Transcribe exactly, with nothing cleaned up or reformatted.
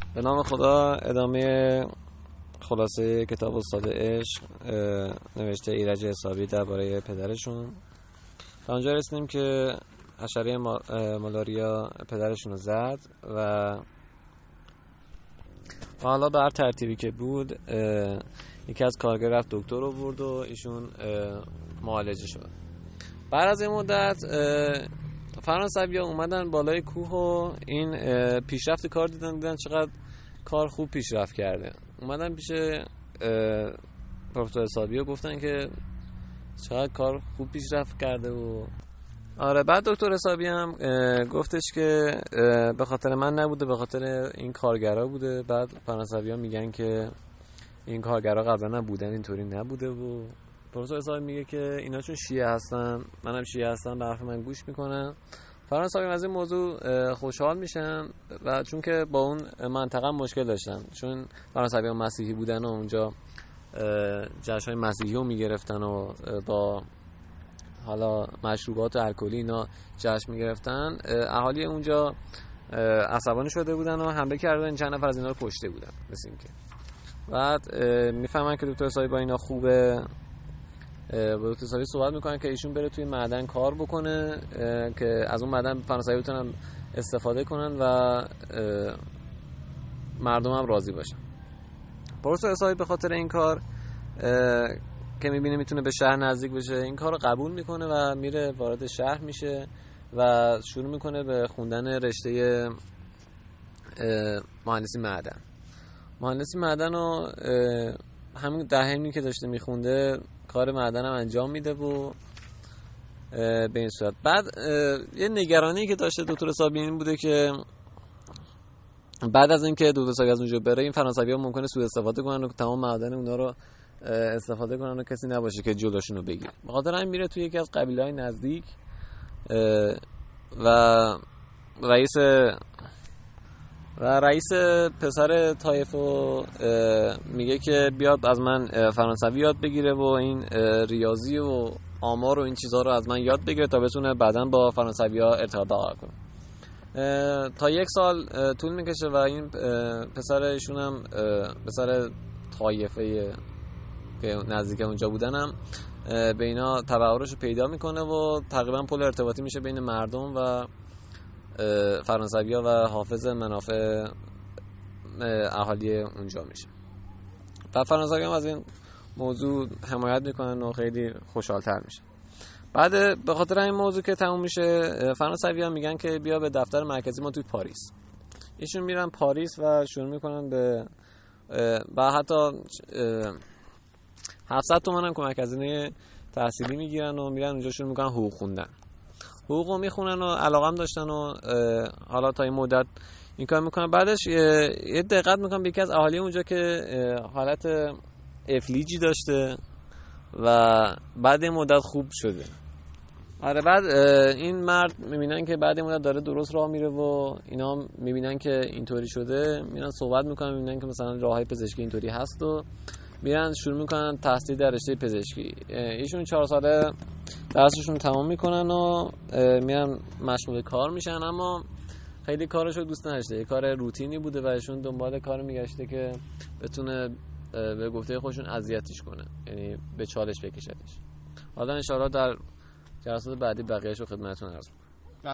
به نام خدا. ادامه خلاصه کتاب استاد عشق نوشته ایرج حسابی درباره پدرشون. تا اونجا رسیدیم که حشره مالاریا پدرشون رو زد و حالا به هر ترتیبی که بود یکی از کارگر رفت دکتر رو برد و ایشون معالجه شد. بعد از این مدت فرانسوی‌ها اومدن بالای کوه و این پیشرفت کار دیدن دیدن چقدر کار خوب پیشرفت کرده. اومدن پیش پروفسور حسابی و گفتن که چقدر کار خوب پیشرفت کرده و آره. بعد دکتر حسابی هم گفتش که به خاطر من نبوده، به خاطر این کارگرا بوده. بعد فرانسوی‌ها میگن که این کارگرا قبلا نبودن، اینطوری نبوده و پروفسور حسابی میگه که اینا چون شیعه هستن، منم شیعه هستم، به حرف من گوش میکنن. فرانسوی از این موضوع خوشحال میشن و چون که با اون منطقه مشکل داشتن، چون فرانسوی ها مسیحی بودن و اونجا جشن‌های مسیحی رو میگرفتن و با حالا مشروبات الکلی اینا جشن میگرفتن، اهالی اونجا عصبانی شده بودن و حمله کردن، چند نفر از اینا رو کشته بودن مثل این که. بعد میفهمن که دکتر حسابی با اینا خوبه، با دکتر حسابی صحبت میکنن که ایشون بره توی معدن کار بکنه که از اون معدن فرانسوی بتونن استفاده کنن و مردم هم راضی باشن. پروفسور حسابی به خاطر این کار که میبینه میتونه به شهر نزدیک بشه، این کار رو قبول میکنه و میره وارد شهر میشه و شروع میکنه به خوندن رشته مهندسی معدن. مهندسی معدن رو همین دهمی که داشته میخونده کار معدن هم انجام میده و به این صورت. بعد یه نگرانی که داشته دکتر حسابی این بوده که بعد از اینکه دکتر حسابی از اونجا بره، این فرانسوی‌ها ممکنه سوء استفاده کنن و تمام معدن اونا رو استفاده کنن و کسی نباشه که جلوشون رو بگیره. به خاطر همین میره توی یکی از قبیله‌های نزدیک و رئیس و رئیس پسر طایفو میگه که بیاد از من فرانسوی یاد بگیره و این ریاضی و آمار و این چیزها رو از من یاد بگیره تا بتونه بعداً با فرانسوی‌ها ارتباط برقرار کنه. تا یک سال طول میکشه و این پسر ایشون هم پسر طایفه که نزدیک اونجا بودن هم به اینا تبعرش پیدا میکنه و تقریبا پل ارتباطی میشه بین مردم و فرانسوی‌ها و حافظ منافع اهالی اونجا میشه. و فرانسوی‌ها هم از این موضوع حمایت میکنن و خیلی خوشحال‌تر میشه. بعد به خاطر این موضوع که تموم میشه، فرانسوی‌ها میگن که بیا به دفتر مرکزی ما توی پاریس. ایشون میرن پاریس و شروع میکنن به و حتی هفتصد تومن هم کمک هزینه تحصیلی میگیرن و میرن اونجا شروع میکنن حقوق خوندن. حقوقو میخونن و علاقم داشتن و حالا تا این مدت این کار میکنن. بعدش یه دقت میکنن به یکی از اهالی اونجا که حالت افلیجی داشته و بعد این مدت خوب شده. آره. بعد این مرد میبینن که بعد این مدت داره درست راه میره و اینا میبینن که اینطوری شده، میرن صحبت میکنن، میبینن که مثلا راههای پزشکی اینطوری هست و میرن شروع میکنن تحصیل در رشته پزشکی. ایشون چهار ساله درسشون تمام میکنن و میرن مشغول کار میشن، اما خیلی کارشو دوست نداشته. یه کار روتینی بوده و ایشون دنبال کار میگشته که بتونه به گفته خودشون اذیتش کنه، یعنی به چالش بکشتش. حالا ان شاءالله در جلسات بعدی بقیه‌اشو خدمتتون عرض می‌کنم.